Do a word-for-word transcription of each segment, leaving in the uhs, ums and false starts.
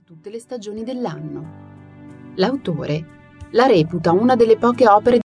tutte le stagioni dell'anno. L'autore la reputa una delle poche opere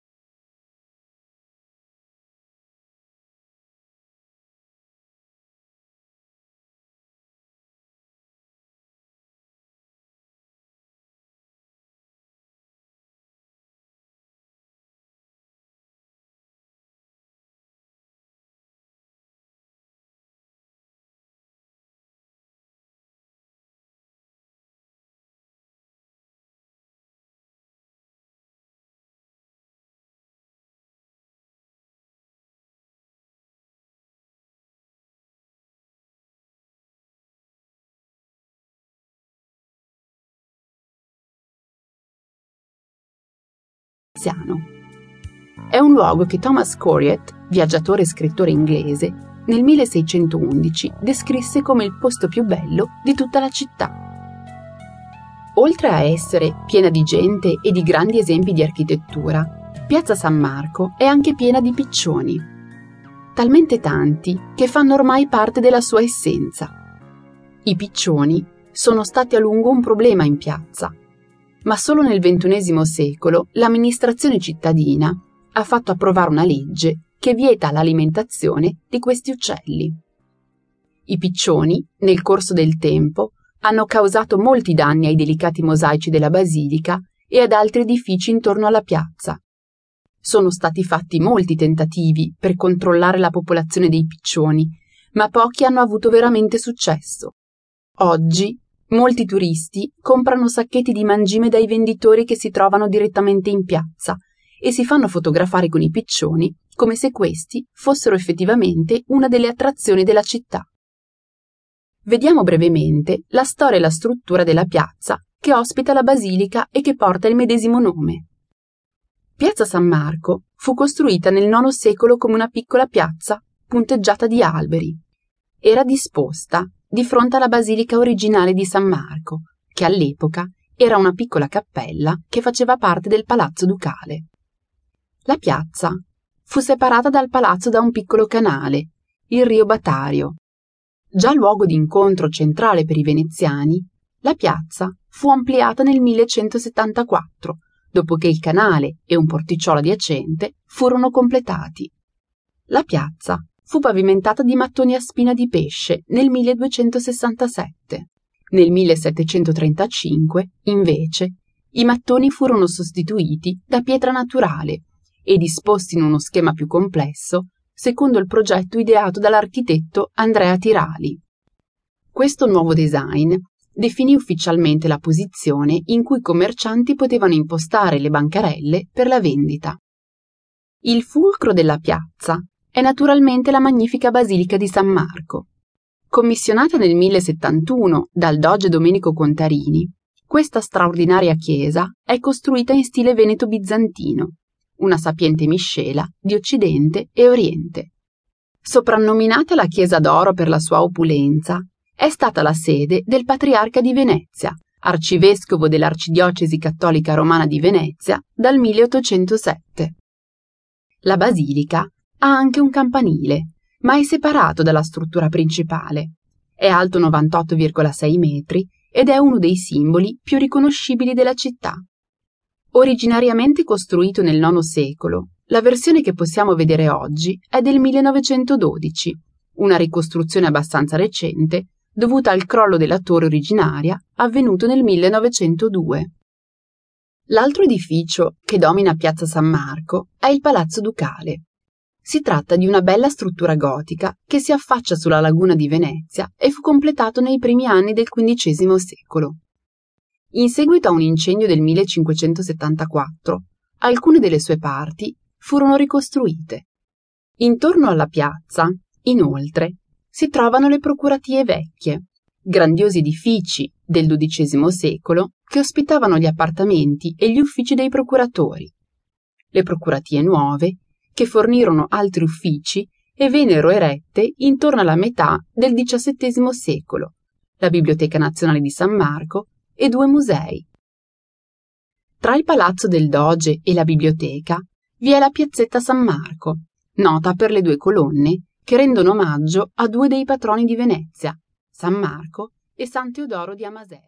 È un luogo che Thomas Coryat, viaggiatore e scrittore inglese, nel milleseicentoundici descrisse come il posto più bello di tutta la città. Oltre a essere piena di gente e di grandi esempi di architettura, Piazza San Marco è anche piena di piccioni, talmente tanti che fanno ormai parte della sua essenza. I piccioni sono stati a lungo un problema in piazza, ma solo nel ventunesimo secolo l'amministrazione cittadina ha fatto approvare una legge che vieta l'alimentazione di questi uccelli. I piccioni, nel corso del tempo, hanno causato molti danni ai delicati mosaici della basilica e ad altri edifici intorno alla piazza. Sono stati fatti molti tentativi per controllare la popolazione dei piccioni, ma pochi hanno avuto veramente successo. Oggi molti turisti comprano sacchetti di mangime dai venditori che si trovano direttamente in piazza e si fanno fotografare con i piccioni come se questi fossero effettivamente una delle attrazioni della città. Vediamo brevemente la storia e la struttura della piazza che ospita la basilica e che porta il medesimo nome. Piazza San Marco fu costruita nel nono secolo come una piccola piazza punteggiata di alberi. Era disposta di fronte alla basilica originale di San Marco, che all'epoca era una piccola cappella che faceva parte del palazzo ducale. La piazza fu separata dal palazzo da un piccolo canale, il Rio Batario. Già luogo di incontro centrale per i veneziani, la piazza fu ampliata nel millecentosettantaquattro, dopo che il canale e un porticciolo adiacente furono completati. La piazza fu pavimentata di mattoni a spina di pesce nel milleduecentosessantasette. Nel millesettecentotrentacinque, invece, i mattoni furono sostituiti da pietra naturale e disposti in uno schema più complesso, secondo il progetto ideato dall'architetto Andrea Tirali. Questo nuovo design definì ufficialmente la posizione in cui i commercianti potevano impostare le bancarelle per la vendita. Il fulcro della piazza è naturalmente la magnifica Basilica di San Marco. Commissionata nel millesettantuno dal doge Domenico Contarini, questa straordinaria chiesa è costruita in stile veneto-bizantino, una sapiente miscela di Occidente e Oriente. Soprannominata la Chiesa d'Oro per la sua opulenza, è stata la sede del Patriarca di Venezia, arcivescovo dell'Arcidiocesi Cattolica Romana di Venezia dal milleottocentosette. La basilica ha anche un campanile, ma è separato dalla struttura principale. È alto novantotto virgola sei metri ed è uno dei simboli più riconoscibili della città. Originariamente costruito nel nono secolo, la versione che possiamo vedere oggi è del millenovecentododici, una ricostruzione abbastanza recente dovuta al crollo della torre originaria avvenuto nel millenovecentodue. L'altro edificio che domina Piazza San Marco è il Palazzo Ducale. Si tratta di una bella struttura gotica che si affaccia sulla laguna di Venezia e fu completato nei primi anni del quindicesimo secolo. In seguito a un incendio del millecinquecentosettantaquattro, alcune delle sue parti furono ricostruite. Intorno alla piazza, inoltre, si trovano le procuratie vecchie, grandiosi edifici del dodicesimo secolo che ospitavano gli appartamenti e gli uffici dei procuratori. Le procuratie nuove, che fornirono altri uffici e vennero erette intorno alla metà del diciassettesimo secolo, la Biblioteca Nazionale di San Marco e due musei. Tra il Palazzo del Doge e la biblioteca vi è la Piazzetta San Marco, nota per le due colonne che rendono omaggio a due dei patroni di Venezia, San Marco e San Teodoro di Amasei.